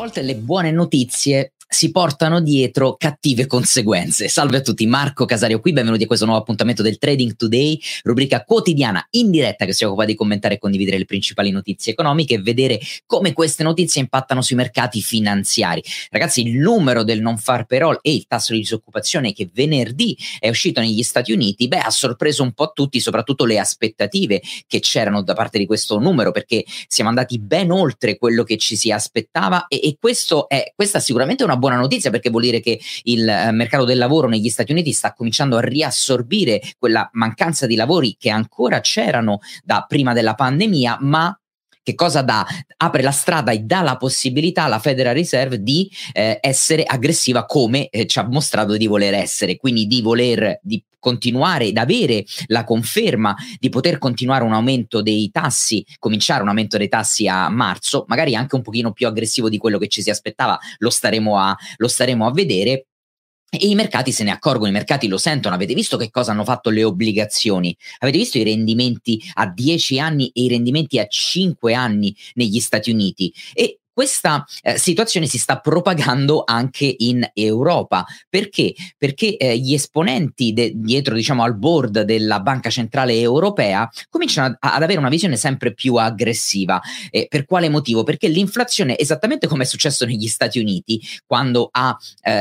volte le buone notizie si portano dietro cattive conseguenze. Salve a tutti, Marco Casario qui, benvenuti a questo nuovo appuntamento del Trading Today, rubrica quotidiana in diretta che si occupa di commentare e condividere le principali notizie economiche e vedere come queste notizie impattano sui mercati finanziari. Ragazzi, il numero del non farm payroll e il tasso di disoccupazione che venerdì è uscito negli Stati Uniti, ha sorpreso un po' tutti, soprattutto le aspettative che c'erano da parte di questo numero, perché siamo andati ben oltre quello che ci si aspettava e questa sicuramente è una buona notizia, perché vuol dire che il mercato del lavoro negli Stati Uniti sta cominciando a riassorbire quella mancanza di lavori che ancora c'erano da prima della pandemia, ma che cosa dà? Apre la strada e dà la possibilità alla Federal Reserve di essere aggressiva come ci ha mostrato di voler essere, quindi di continuare ad avere la conferma di poter continuare un aumento dei tassi, cominciare un aumento dei tassi a marzo, magari anche un pochino più aggressivo di quello che ci si aspettava, lo staremo a vedere. E i mercati se ne accorgono, i mercati lo sentono. Avete visto che cosa hanno fatto le obbligazioni? Avete visto i rendimenti a 10 anni e i rendimenti a 5 anni negli Stati Uniti? E questa situazione si sta propagando anche in Europa. Perché? Perché gli esponenti dietro, diciamo, al board della Banca Centrale Europea cominciano ad avere una visione sempre più aggressiva. Per quale motivo? Perché l'inflazione, esattamente come è successo negli Stati Uniti, quando ha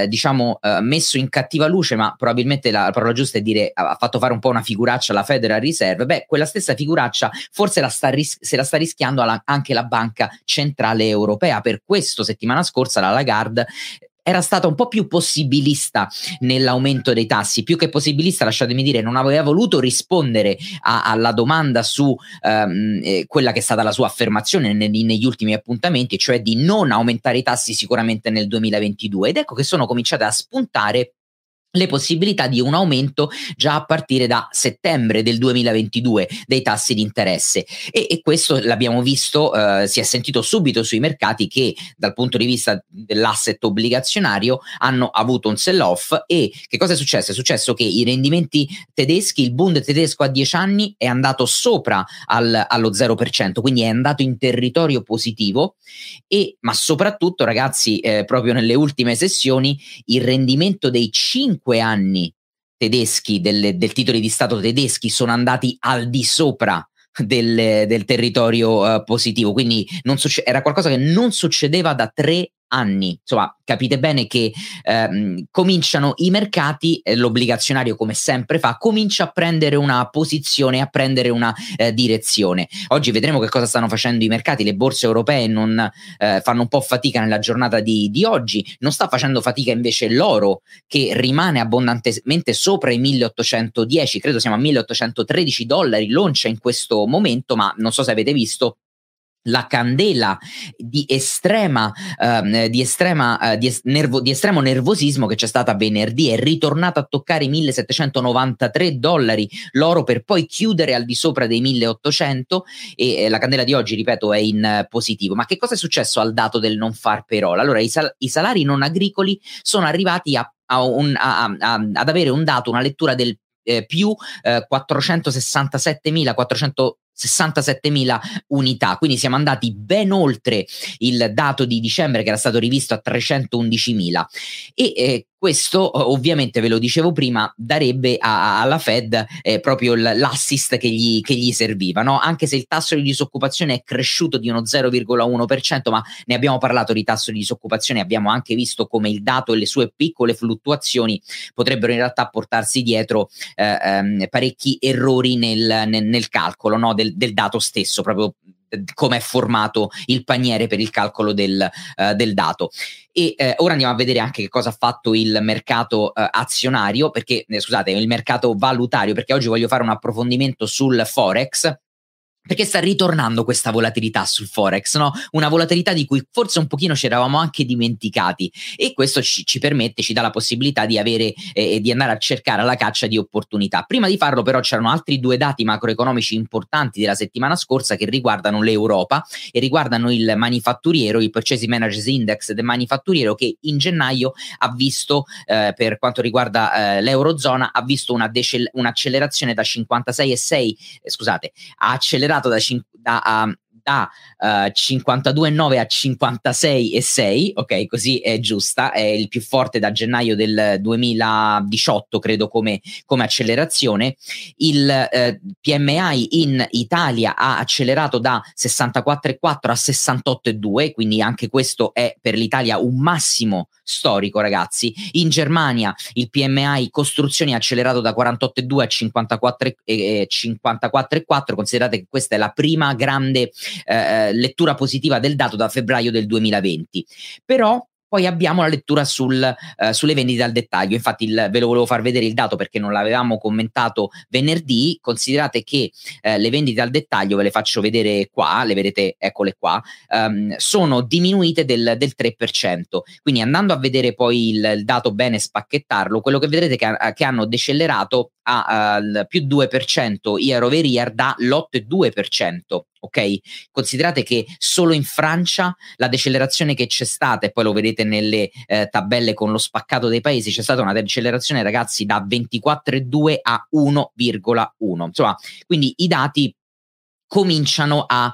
messo in cattiva luce, ma probabilmente la parola giusta è dire ha fatto fare un po' una figuraccia alla Federal Reserve, quella stessa figuraccia forse se la sta rischiando anche la Banca Centrale Europea. Per questo settimana scorsa la Lagarde era stata un po' più possibilista nell'aumento dei tassi, più che possibilista, lasciatemi dire, non aveva voluto rispondere alla domanda su quella che è stata la sua affermazione negli ultimi appuntamenti, cioè di non aumentare i tassi sicuramente nel 2022, ed ecco che sono cominciate a spuntare le possibilità di un aumento già a partire da settembre del 2022 dei tassi di interesse e questo l'abbiamo visto, si è sentito subito sui mercati che dal punto di vista dell'asset obbligazionario hanno avuto un sell-off. E che cosa è successo? È successo che i rendimenti tedeschi, il Bund tedesco a 10 anni è andato sopra allo 0%, quindi è andato in territorio positivo ma soprattutto, ragazzi, proprio nelle ultime sessioni il rendimento dei 5 anni tedeschi del titoli di Stato tedeschi sono andati al di sopra del territorio positivo, quindi era qualcosa che non succedeva da 3 anni. Insomma, capite bene che cominciano i mercati, l'obbligazionario come sempre fa, comincia a prendere una posizione, a prendere una direzione. Oggi vedremo che cosa stanno facendo i mercati. Le borse europee non fanno un po' fatica nella giornata di oggi, non sta facendo fatica invece l'oro, che rimane abbondantemente sopra i 1810, credo siamo a $1813 l'oncia in questo momento, ma non so se avete visto la candela di estremo nervosismo che c'è stata venerdì. È ritornata a toccare i $1793 l'oro, per poi chiudere al di sopra dei 1800, e la candela di oggi, ripeto, è in positivo. Ma che cosa è successo al dato del non farm payroll? Allora, i salari non agricoli sono arrivati ad avere un dato, una lettura del più 467.000 unità, quindi siamo andati ben oltre il dato di dicembre che era stato rivisto a 311.000 e questo ovviamente, ve lo dicevo prima, darebbe alla Fed proprio l'assist che gli serviva, no? Anche se il tasso di disoccupazione è cresciuto di uno 0,1%, ma ne abbiamo parlato di tasso di disoccupazione, abbiamo anche visto come il dato e le sue piccole fluttuazioni potrebbero in realtà portarsi dietro parecchi errori nel calcolo, no? del dato stesso, proprio come è formato il paniere per il calcolo del dato. E ora andiamo a vedere anche che cosa ha fatto il mercato azionario, perché scusate, il mercato valutario, perché oggi voglio fare un approfondimento sul Forex, perché sta ritornando questa volatilità sul Forex, no? Una volatilità di cui forse un pochino ci eravamo anche dimenticati, e questo ci dà la possibilità di avere di andare a cercare alla caccia di opportunità. Prima di farlo però c'erano altri 2 dati macroeconomici importanti della settimana scorsa che riguardano l'Europa e riguardano il manifatturiero, il Purchasing Managers Index del manifatturiero, che in gennaio ha visto, per quanto riguarda l'Eurozona, ha visto un'accelerazione da 56,6, scusate, ha accelerato da 52,9 a 56,6, ok, così è giusta, è il più forte da gennaio del 2018, credo, come accelerazione. Il PMI in Italia ha accelerato da 64,4 a 68,2, quindi anche questo è per l'Italia un massimo storico, ragazzi. In Germania il PMI costruzioni ha accelerato da 48,2 a 54,4. Considerate che questa è la prima grande lettura positiva del dato da febbraio del 2020. Però poi abbiamo la lettura sulle vendite al dettaglio. Infatti ve lo volevo far vedere il dato perché non l'avevamo commentato venerdì. Considerate che le vendite al dettaglio, ve le faccio vedere qua, le vedete, eccole qua, sono diminuite del 3%. Quindi andando a vedere poi il dato bene, spacchettarlo, quello che vedrete che hanno decelerato al più 2% year over year dall'8,2%. Ok, considerate che solo in Francia la decelerazione che c'è stata, e poi lo vedete nelle tabelle con lo spaccato dei paesi, c'è stata una decelerazione, ragazzi, da 24,2 a 1,1. Insomma, quindi i dati cominciano a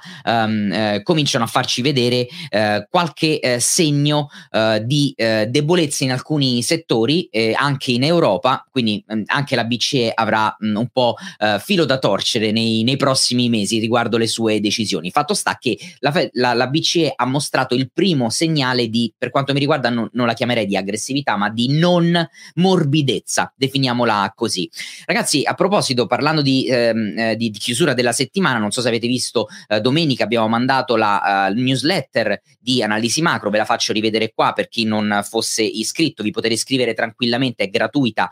farci vedere qualche segno di debolezza in alcuni settori, anche in Europa, quindi anche la BCE avrà un po' filo da torcere nei prossimi mesi riguardo le sue decisioni. Fatto sta che la BCE ha mostrato il primo segnale di, per quanto mi riguarda, non la chiamerei di aggressività, ma di non morbidezza, definiamola così. Ragazzi, a proposito, parlando di chiusura della settimana, non so se avete visto, domenica abbiamo mandato la newsletter di Analisi Macro, ve la faccio rivedere qua per chi non fosse iscritto, vi potete iscrivere tranquillamente, è gratuita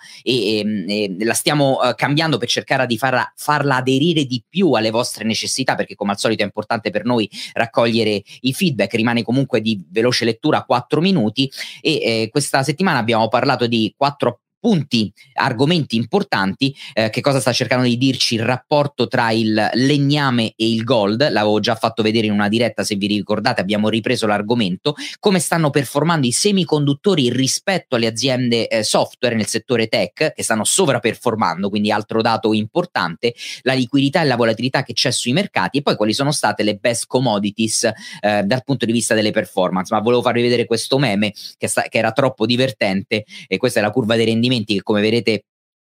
e la stiamo cambiando per cercare di farla aderire di più alle vostre necessità, perché come al solito è importante per noi raccogliere i feedback. Rimane comunque di veloce lettura 4 minuti e questa settimana abbiamo parlato di 4 punti, argomenti importanti. Che cosa sta cercando di dirci il rapporto tra il legname e il gold? L'avevo già fatto vedere in una diretta, se vi ricordate, abbiamo ripreso l'argomento. Come stanno performando i semiconduttori rispetto alle aziende software nel settore tech, che stanno sovraperformando, quindi altro dato importante, la liquidità e la volatilità che c'è sui mercati, e poi quali sono state le best commodities dal punto di vista delle performance. Ma volevo farvi vedere questo meme che era troppo divertente, e questa è la curva dei rendimenti che, come vedete,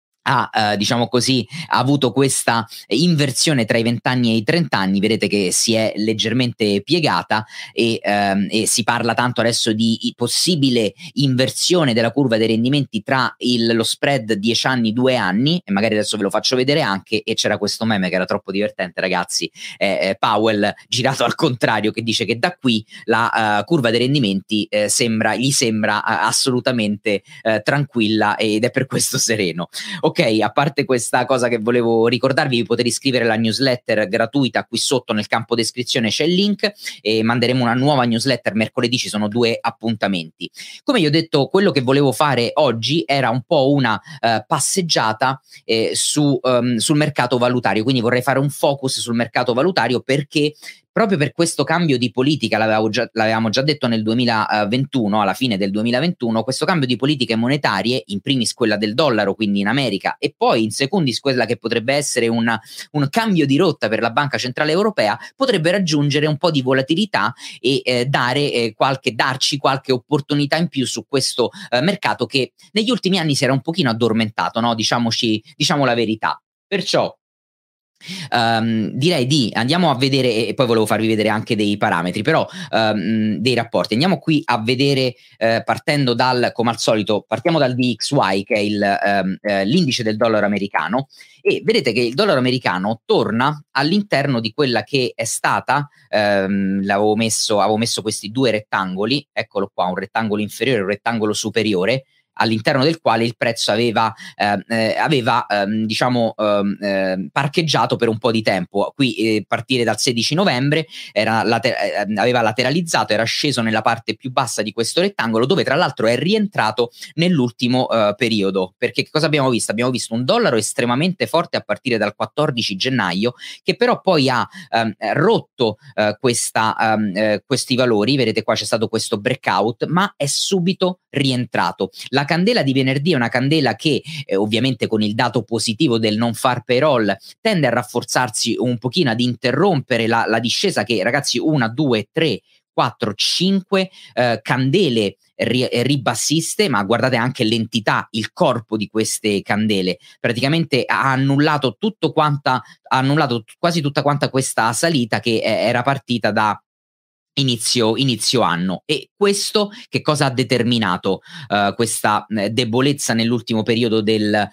diciamo così, ha avuto questa inversione tra i 20 anni e i 30 anni. Vedete che si è leggermente piegata e si parla tanto adesso di possibile inversione della curva dei rendimenti tra lo spread 10 anni, 2 anni, e magari adesso ve lo faccio vedere anche. E c'era questo meme che era troppo divertente, ragazzi, Powell girato al contrario, che dice che da qui la curva dei rendimenti gli sembra assolutamente tranquilla, ed è per questo sereno. Ok, a parte questa cosa che volevo ricordarvi, vi potete iscrivere alla newsletter gratuita. Qui sotto nel campo descrizione c'è il link e manderemo una nuova newsletter mercoledì. Ci sono 2 appuntamenti. Come vi ho detto, quello che volevo fare oggi era un po' una passeggiata sul mercato valutario, quindi vorrei fare un focus sul mercato valutario, perché proprio per questo cambio di politica, l'avevamo già detto nel 2021, alla fine del 2021, questo cambio di politiche monetarie, in primis quella del dollaro, quindi in America, e poi in secondis quella che potrebbe essere un cambio di rotta per la Banca Centrale Europea, potrebbe raggiungere un po' di volatilità e darci qualche opportunità in più su questo mercato che negli ultimi anni si era un pochino addormentato, no? Diciamo la verità. Perciò direi di andiamo a vedere, e poi volevo farvi vedere anche dei parametri, però dei rapporti. Andiamo qui a vedere, partendo come al solito, partiamo dal DXY, che è l'indice del dollaro americano, e vedete che il dollaro americano torna all'interno di quella che è stata, avevo messo questi 2 rettangoli, eccolo qua, un rettangolo inferiore e un rettangolo superiore, all'interno del quale il prezzo aveva parcheggiato per un po' di tempo. Qui partire dal 16 novembre aveva lateralizzato, era sceso nella parte più bassa di questo rettangolo, dove tra l'altro è rientrato nell'ultimo periodo. Perché che cosa abbiamo visto? Abbiamo visto un dollaro estremamente forte a partire dal 14 gennaio, che però poi ha rotto questi valori. Vedete qua c'è stato questo breakout, ma è subito rientrato. La candela di venerdì è una candela che ovviamente con il dato positivo del non far payroll tende a rafforzarsi un pochino, ad interrompere la discesa che, ragazzi, 1, 2, 3, 4, 5 candele ribassiste, ma guardate anche l'entità, il corpo di queste candele. Praticamente ha annullato quasi tutta quanta questa salita che era partita da inizio anno. E questo che cosa ha determinato questa debolezza nell'ultimo periodo del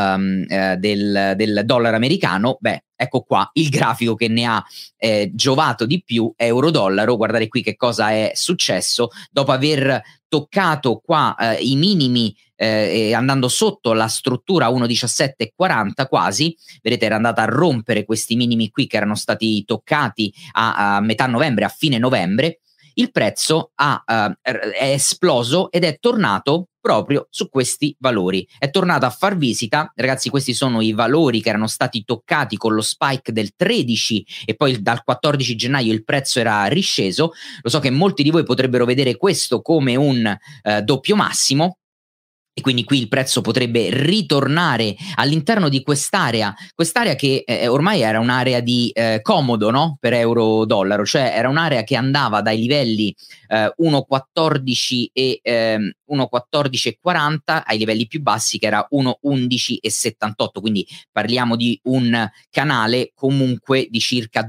dollaro americano? Beh, ecco qua il grafico che ne ha giovato di più, euro-dollaro. Guardate qui che cosa è successo dopo aver toccato qua i minimi andando sotto la struttura 1,1740 quasi. Vedete, era andata a rompere questi minimi qui che erano stati toccati a metà novembre, a fine novembre. Il prezzo è esploso ed è tornato proprio su questi valori. È tornato a far visita, ragazzi. Questi sono i valori che erano stati toccati con lo spike del 13 e poi dal 14 gennaio il prezzo era risceso. Lo so che molti di voi potrebbero vedere questo come un doppio massimo, e quindi qui il prezzo potrebbe ritornare all'interno di quest'area che ormai era un'area di comodo, no? Per euro-dollaro, cioè era un'area che andava dai livelli 1,14 e 1,14,40 ai livelli più bassi che era 1,11,78, quindi parliamo di un canale comunque di circa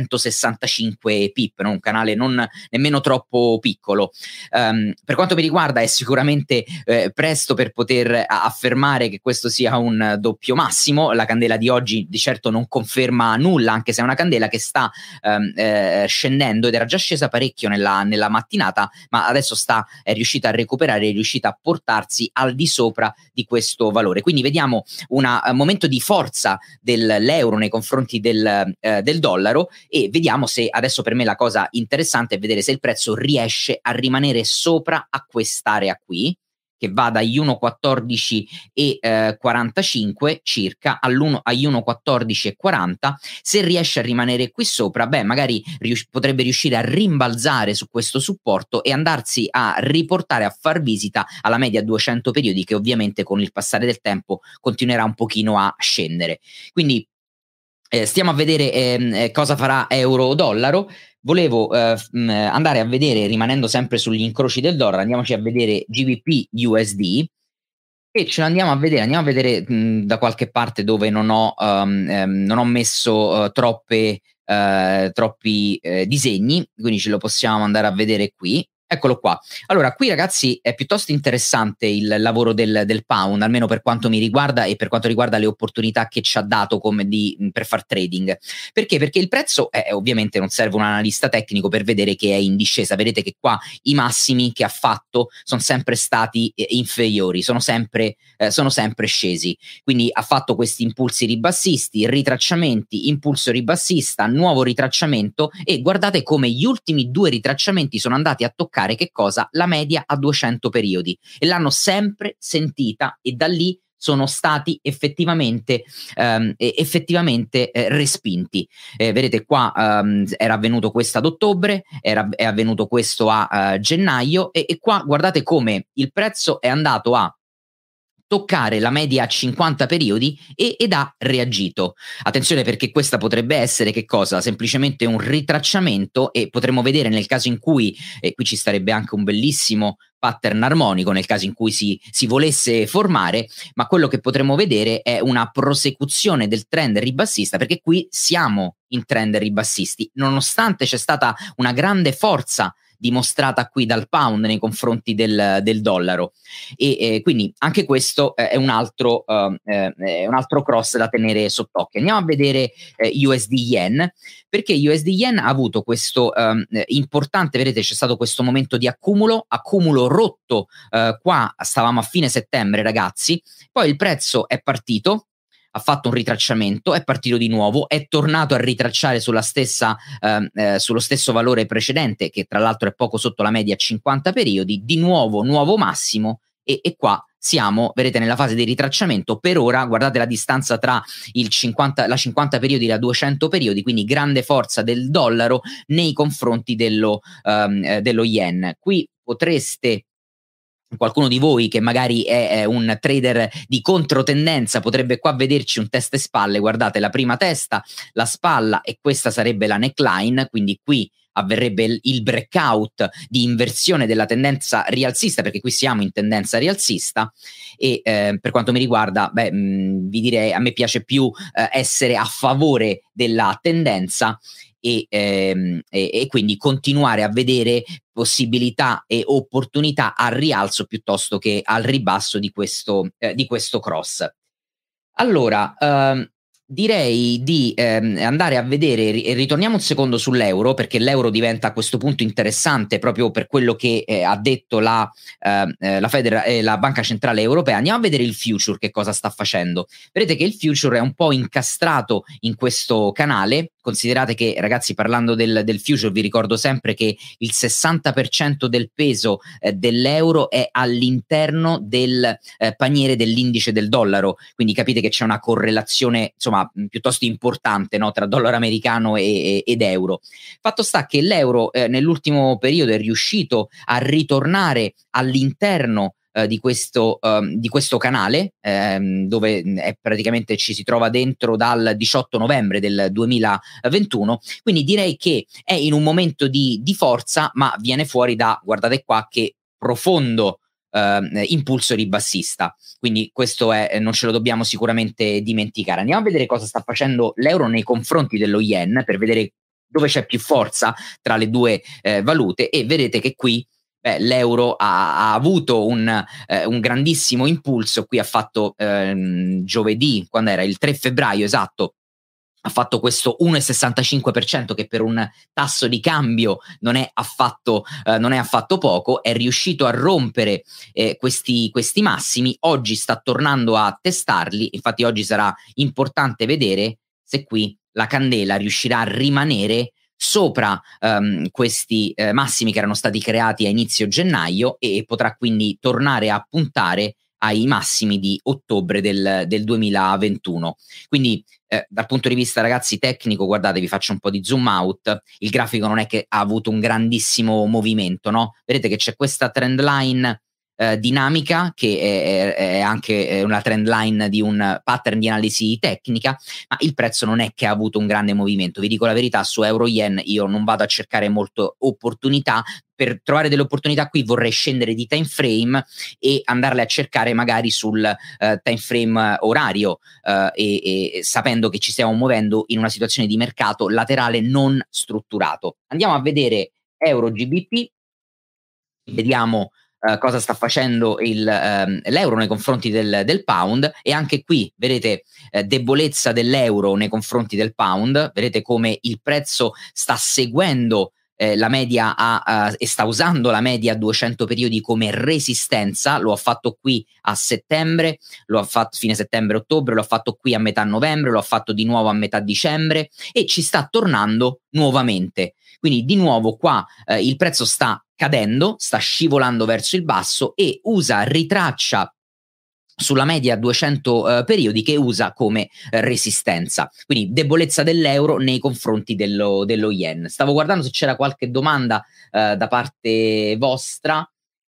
265 pip, no? Un canale non nemmeno troppo piccolo. Per quanto mi riguarda è sicuramente presto per poter affermare che questo sia un doppio massimo. La candela di oggi di certo non conferma nulla, anche se è una candela che sta scendendo ed era già scesa parecchio nella mattinata, ma adesso è riuscita a recuperare, è riuscita a portarsi al di sopra di questo valore. Quindi vediamo un momento di forza dell'euro nei confronti del dollaro, e vediamo se adesso, per me la cosa interessante è vedere se il prezzo riesce a rimanere sopra a quest'area qui, che va dagli 1,14 e 45 circa agli 1,14 e 40. Se riesce a rimanere qui sopra, beh, magari potrebbe riuscire a rimbalzare su questo supporto e andarsi a riportare, a far visita alla media 200 periodi, che ovviamente con il passare del tempo continuerà un pochino a scendere. Quindi stiamo a vedere cosa farà euro-dollaro. Volevo andare a vedere, rimanendo sempre sugli incroci del dollaro, andiamoci a vedere GBP USD, e ce l'andiamo a vedere da qualche parte dove non ho messo troppi disegni, quindi ce lo possiamo andare a vedere qui. Eccolo qua. Allora, qui ragazzi è piuttosto interessante il lavoro del pound, almeno per quanto mi riguarda e per quanto riguarda le opportunità che ci ha dato per far trading. Perché? Perché il prezzo ovviamente non serve un analista tecnico per vedere che è in discesa. Vedete che qua i massimi che ha fatto sono sempre stati inferiori, sono sempre scesi. Quindi ha fatto questi impulsi ribassisti, ritracciamenti, impulso ribassista, nuovo ritracciamento, e guardate come gli ultimi due ritracciamenti sono andati a toccare che cosa? La media a 200 periodi, e l'hanno sempre sentita, e da lì sono stati effettivamente respinti. Vedete qua era avvenuto questo ad ottobre, è avvenuto questo a gennaio, e qua guardate come il prezzo è andato a toccare la media a 50 periodi ed ha reagito. Attenzione, perché questa potrebbe essere che cosa? Semplicemente un ritracciamento, e potremmo vedere nel caso in cui, e qui ci starebbe anche un bellissimo pattern armonico nel caso in cui si volesse formare, ma quello che potremmo vedere è una prosecuzione del trend ribassista, perché qui siamo in trend ribassisti, nonostante c'è stata una grande forza dimostrata qui dal pound nei confronti del dollaro, e quindi anche questo è un altro cross da tenere sott'occhio. Andiamo a vedere USD Yen, perché USD Yen ha avuto questo importante, vedete c'è stato questo momento di accumulo rotto, qua stavamo a fine settembre ragazzi, poi il prezzo è partito, ha fatto un ritracciamento, è partito di nuovo, è tornato a ritracciare sullo stesso valore precedente, che tra l'altro è poco sotto la media a 50 periodi, di nuovo nuovo massimo, e qua siamo, vedete, nella fase di ritracciamento. Per ora guardate la distanza tra la 50 periodi e la 200 periodi, quindi grande forza del dollaro nei confronti dello yen. Qui potreste qualcuno di voi che magari è un trader di controtendenza potrebbe qua vederci un testa e spalle. Guardate, la prima testa, la spalla, e questa sarebbe la neckline, quindi qui avverrebbe il breakout di inversione della tendenza rialzista, perché qui siamo in tendenza rialzista. E per quanto mi riguarda, vi direi, a me piace più essere a favore della tendenza e quindi continuare a vedere possibilità e opportunità al rialzo piuttosto che al ribasso di questo cross. Allora, direi di andare a vedere, ritorniamo un secondo sull'euro, perché l'euro diventa a questo punto interessante proprio per quello che ha detto la Banca Centrale Europea. Andiamo a vedere il future che cosa sta facendo. Vedete che il future è un po' incastrato in questo canale. Considerate che, ragazzi, parlando del future, vi ricordo sempre che il 60% del peso dell'euro è all'interno del paniere dell'indice del dollaro, quindi capite che c'è una correlazione, insomma, piuttosto importante, no, tra dollaro americano ed euro. Fatto sta che l'euro nell'ultimo periodo è riuscito a ritornare all'interno di questo canale, dove praticamente ci si trova dentro dal 18 novembre del 2021, quindi direi che è in un momento di forza, ma viene fuori da, guardate qua, che profondo impulso ribassista. Quindi questo non ce lo dobbiamo sicuramente dimenticare. Andiamo a vedere cosa sta facendo l'euro nei confronti dello yen, per vedere dove c'è più forza tra le due valute, e vedete che qui l'euro ha avuto un grandissimo impulso. Qui ha fatto giovedì, quando era il 3 febbraio, esatto, ha fatto questo 1,65%, che per un tasso di cambio non è affatto poco. È riuscito a rompere questi massimi. Oggi sta tornando a testarli, infatti oggi sarà importante vedere se qui la candela riuscirà a rimanere sopra questi massimi che erano stati creati a inizio gennaio, e potrà quindi tornare a puntare ai massimi di ottobre del 2021. Quindi dal punto di vista, ragazzi, tecnico, guardate, vi faccio un po' di zoom out. Il grafico non è che ha avuto un grandissimo movimento, no? Vedete che c'è questa trend line dinamica, che è anche una trend line di un pattern di analisi tecnica, ma il prezzo non è che ha avuto un grande movimento. Vi dico la verità, su euro yen io non vado a cercare molte opportunità. Per trovare delle opportunità qui vorrei scendere di time frame e andarle a cercare magari sul time frame orario, e sapendo che ci stiamo muovendo in una situazione di mercato laterale non strutturato. Andiamo a vedere euro GBP, vediamo cosa sta facendo l'euro nei confronti del pound, e anche qui vedete debolezza dell'euro nei confronti del pound. Vedete come il prezzo sta seguendo la media e sta usando la media a 200 periodi come resistenza. Lo ha fatto qui a settembre, lo ha fatto fine settembre-ottobre, lo ha fatto qui a metà novembre, lo ha fatto di nuovo a metà dicembre, e ci sta tornando nuovamente. Quindi di nuovo qua il prezzo sta cadendo, sta scivolando verso il basso, e ritraccia sulla media 200 periodi, che usa come resistenza. Quindi debolezza dell'euro nei confronti dello yen. Stavo guardando se c'era qualche domanda da parte vostra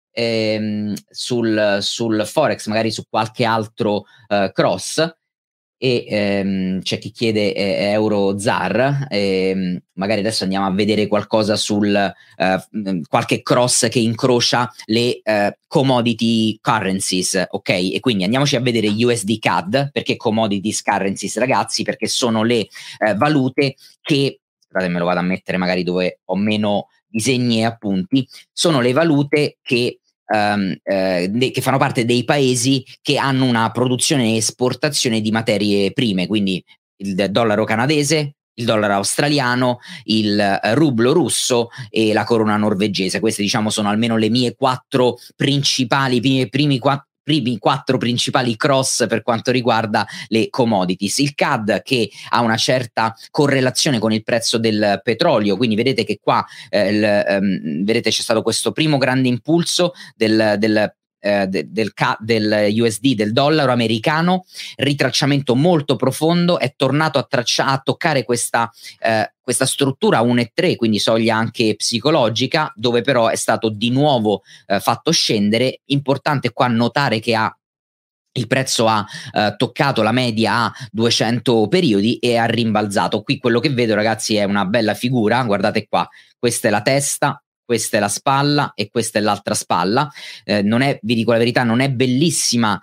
sul forex, magari su qualche altro cross. E c'è chi chiede euro zar, magari adesso andiamo a vedere qualcosa sul qualche cross che incrocia le commodity currencies, ok? E quindi andiamoci a vedere USD CAD. Perché commodities currencies, ragazzi? Perché sono le valute che, scusate, me lo vado a mettere magari dove ho meno disegni e appunti, sono le valute che fanno parte dei paesi che hanno una produzione e esportazione di materie prime, quindi il dollaro canadese, il dollaro australiano, il rublo russo e la corona norvegese. Queste, diciamo, sono almeno le mie quattro principali, primi quattro principali cross per quanto riguarda le commodities. Il CAD, che ha una certa correlazione con il prezzo del petrolio, quindi vedete che qua vedete c'è stato questo primo grande impulso del del USD, del dollaro americano, ritracciamento molto profondo, è tornato a toccare questa struttura 1,3, quindi soglia anche psicologica, dove però è stato di nuovo fatto scendere. Importante qua notare che il prezzo ha toccato la media a 200 periodi e ha rimbalzato. Qui quello che vedo, ragazzi, è una bella figura, guardate qua, questa è la testa, questa è la spalla e questa è l'altra spalla. Non è, vi dico la verità, non è bellissima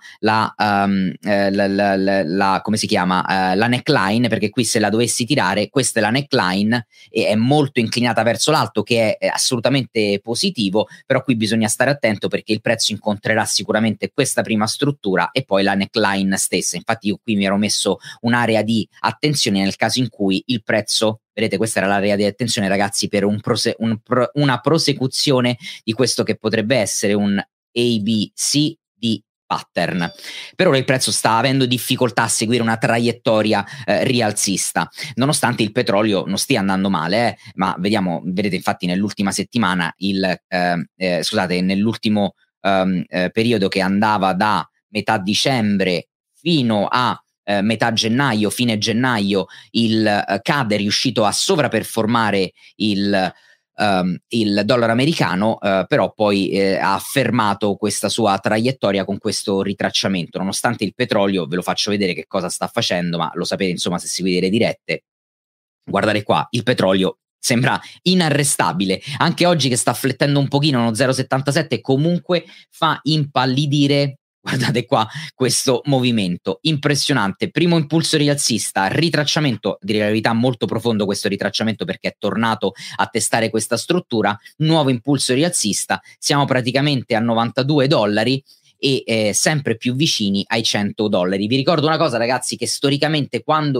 come si chiama, la neckline, perché qui se la dovessi tirare, questa è la neckline e è molto inclinata verso l'alto, che è assolutamente positivo, però qui bisogna stare attento perché il prezzo incontrerà sicuramente questa prima struttura e poi la neckline stessa. Infatti io qui mi ero messo un'area di attenzione nel caso in cui il prezzo, vedete, questa era l'area di attenzione, ragazzi, per una prosecuzione di questo che potrebbe essere un ABC di pattern. Per ora il prezzo sta avendo difficoltà a seguire una traiettoria rialzista, nonostante il petrolio non stia andando male, ma vedete infatti nell'ultima settimana nell'ultimo periodo che andava da metà dicembre fino a metà gennaio, fine gennaio, il CAD è riuscito a sovraperformare il dollaro americano, però poi ha fermato questa sua traiettoria con questo ritracciamento, nonostante il petrolio, ve lo faccio vedere che cosa sta facendo, ma lo sapete insomma se seguite le dirette. Guardate qua, il petrolio sembra inarrestabile, anche oggi che sta flettendo un pochino uno 0,77 comunque fa impallidire. Guardate qua questo movimento impressionante, primo impulso rialzista, ritracciamento, direi la verità molto profondo questo ritracciamento perché è tornato a testare questa struttura, nuovo impulso rialzista, siamo praticamente a $92 e sempre più vicini ai $100. Vi ricordo una cosa, ragazzi, che storicamente quando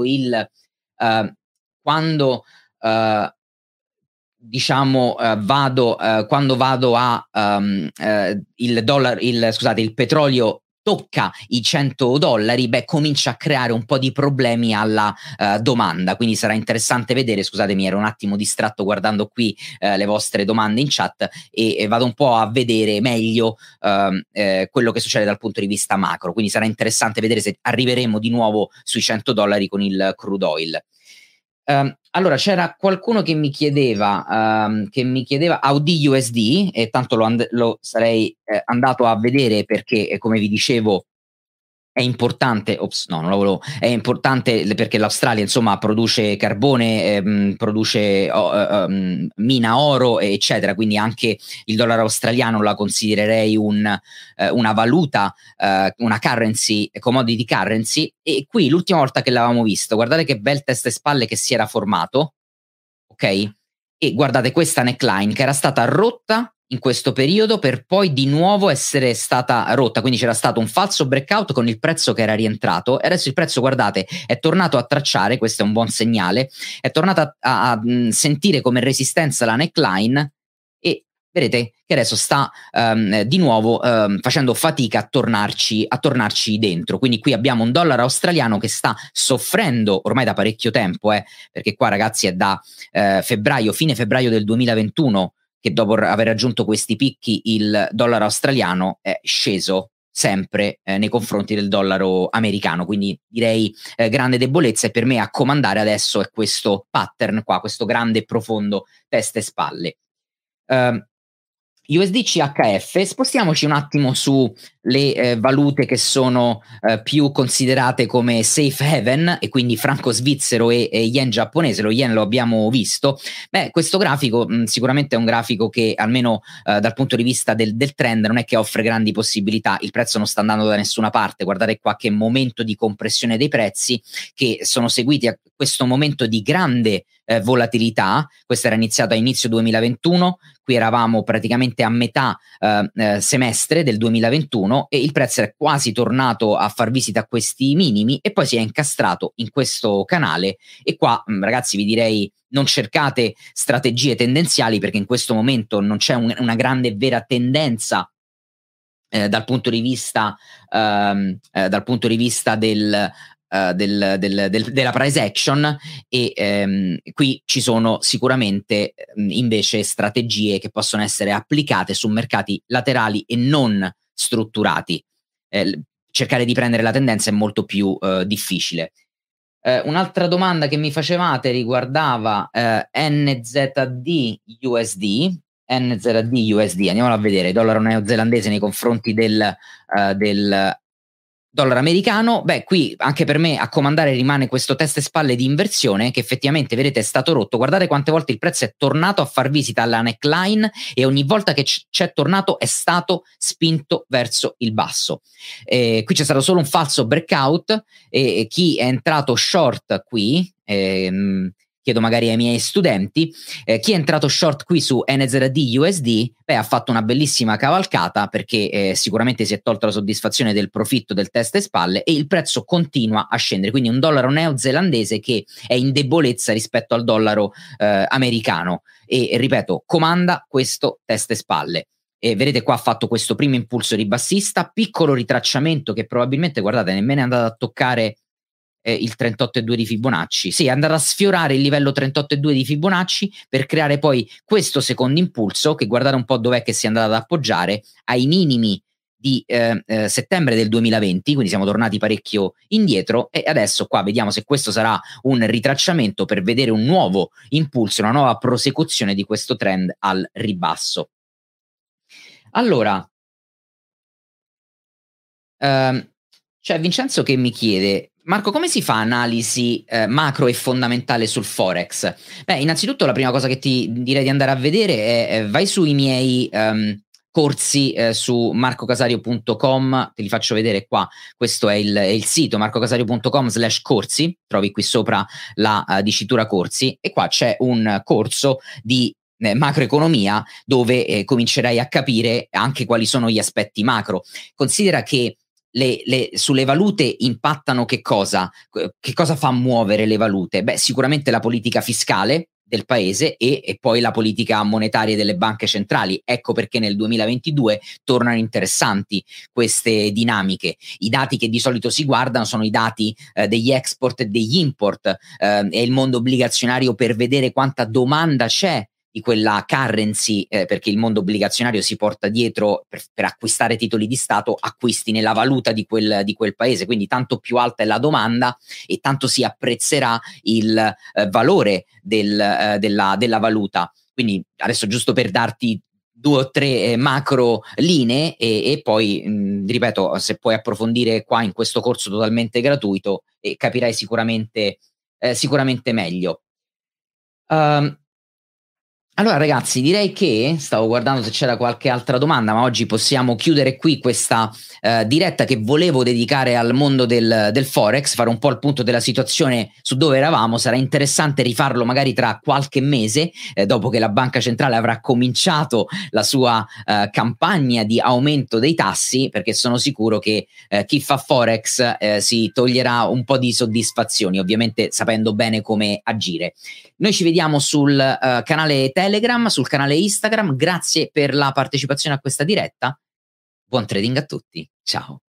il petrolio tocca i $100, comincia a creare un po' di problemi alla domanda, quindi sarà interessante vedere. Scusatemi, ero un attimo distratto guardando qui le vostre domande in chat e vado un po' a vedere meglio quello che succede dal punto di vista macro, quindi sarà interessante vedere se arriveremo di nuovo sui $100 con il crude oil. Allora c'era qualcuno che mi chiedeva Audi USD e tanto lo sarei andato a vedere perché come vi dicevo è importante, è importante perché l'Australia insomma produce carbone, mina oro eccetera, quindi anche il dollaro australiano la considererei una valuta, una currency, commodity currency, e qui l'ultima volta che l'avevamo visto, guardate che bel testa e spalle che si era formato, ok? E guardate questa neckline che era stata rotta in questo periodo per poi di nuovo essere stata rotta, quindi c'era stato un falso breakout con il prezzo che era rientrato e adesso il prezzo, guardate, è tornato a tracciare, questo è un buon segnale, è tornato a sentire come resistenza la neckline e vedete che adesso sta di nuovo facendo fatica a tornarci dentro. Quindi qui abbiamo un dollaro australiano che sta soffrendo ormai da parecchio tempo, perché qua, ragazzi, è da fine febbraio del 2021 che dopo aver raggiunto questi picchi il dollaro australiano è sceso sempre nei confronti del dollaro americano, quindi direi grande debolezza, e per me a comandare adesso è questo pattern qua, questo grande e profondo testa e spalle. USD CHF, spostiamoci un attimo su le valute che sono più considerate come safe haven, e quindi franco svizzero e yen giapponese. Lo yen lo abbiamo visto. Questo grafico sicuramente è un grafico che almeno dal punto di vista del trend non è che offre grandi possibilità. Il prezzo non sta andando da nessuna parte, guardate qua che momento di compressione dei prezzi che sono seguiti a questo momento di grande volatilità. Questo era iniziato a inizio 2021, qui eravamo praticamente a metà semestre del 2021 e il prezzo è quasi tornato a far visita a questi minimi e poi si è incastrato in questo canale. E qua, ragazzi, vi direi non cercate strategie tendenziali perché in questo momento non c'è una grande vera tendenza dal punto di vista della price action, e qui ci sono sicuramente invece strategie che possono essere applicate su mercati laterali e non strutturati. Cercare di prendere la tendenza è molto più difficile. Un'altra domanda che mi facevate riguardava NZD USD. NZD USD, andiamolo a vedere, dollaro neozelandese nei confronti del dollaro americano. Beh, qui anche per me a comandare rimane questo testa e spalle di inversione che effettivamente, vedete, è stato rotto. Guardate quante volte il prezzo è tornato a far visita alla neckline e ogni volta che c'è tornato è stato spinto verso il basso. Qui c'è stato solo un falso breakout e chi è entrato short qui, chiedo magari ai miei studenti, chi è entrato short qui su NZD USD, ha fatto una bellissima cavalcata perché sicuramente si è tolta la soddisfazione del profitto del testa e spalle e il prezzo continua a scendere, quindi un dollaro neozelandese che è in debolezza rispetto al dollaro americano e ripeto, comanda questo testa e spalle. E vedete qua ha fatto questo primo impulso ribassista, piccolo ritracciamento che probabilmente, guardate, nemmeno è andato a toccare il 38,2 di Fibonacci. Sì, è andato a sfiorare il livello 38,2 di Fibonacci per creare poi questo secondo impulso che, guardate un po' dov'è che si è andato ad appoggiare, ai minimi di settembre del 2020, quindi siamo tornati parecchio indietro e adesso qua vediamo se questo sarà un ritracciamento per vedere un nuovo impulso, una nuova prosecuzione di questo trend al ribasso. Allora, c'è Vincenzo che mi chiede: Marco, come si fa analisi macro e fondamentale sul Forex? Beh, innanzitutto la prima cosa che ti direi di andare a vedere è vai sui miei corsi su marcocasario.com, te li faccio vedere qua, questo è il sito marcocasario.com/corsi, trovi qui sopra la dicitura corsi e qua c'è un corso di macroeconomia dove comincerai a capire anche quali sono gli aspetti macro. Considera che sulle valute impattano che cosa? Che cosa fa muovere le valute? Beh, sicuramente la politica fiscale del paese e poi la politica monetaria delle banche centrali. Ecco perché nel 2022 tornano interessanti queste dinamiche. I dati che di solito si guardano sono i dati degli export e degli import e il mondo obbligazionario per vedere quanta domanda c'è di quella currency, perché il mondo obbligazionario si porta dietro per acquistare titoli di Stato, acquisti nella valuta di quel paese, quindi tanto più alta è la domanda e tanto si apprezzerà il valore della valuta. Quindi adesso giusto per darti 2 o 3 macro linee e poi ripeto, se puoi approfondire qua in questo corso totalmente gratuito capirai sicuramente meglio. Allora ragazzi, direi che stavo guardando se c'era qualche altra domanda, ma oggi possiamo chiudere qui questa diretta che volevo dedicare al mondo del Forex, fare un po' il punto della situazione su dove eravamo. Sarà interessante rifarlo magari tra qualche mese, dopo che la Banca Centrale avrà cominciato la sua campagna di aumento dei tassi, perché sono sicuro che chi fa Forex si toglierà un po' di soddisfazioni, ovviamente sapendo bene come agire. Noi ci vediamo sul canale Telegram, sul canale Instagram. Grazie per la partecipazione a questa diretta. Buon trading a tutti. Ciao.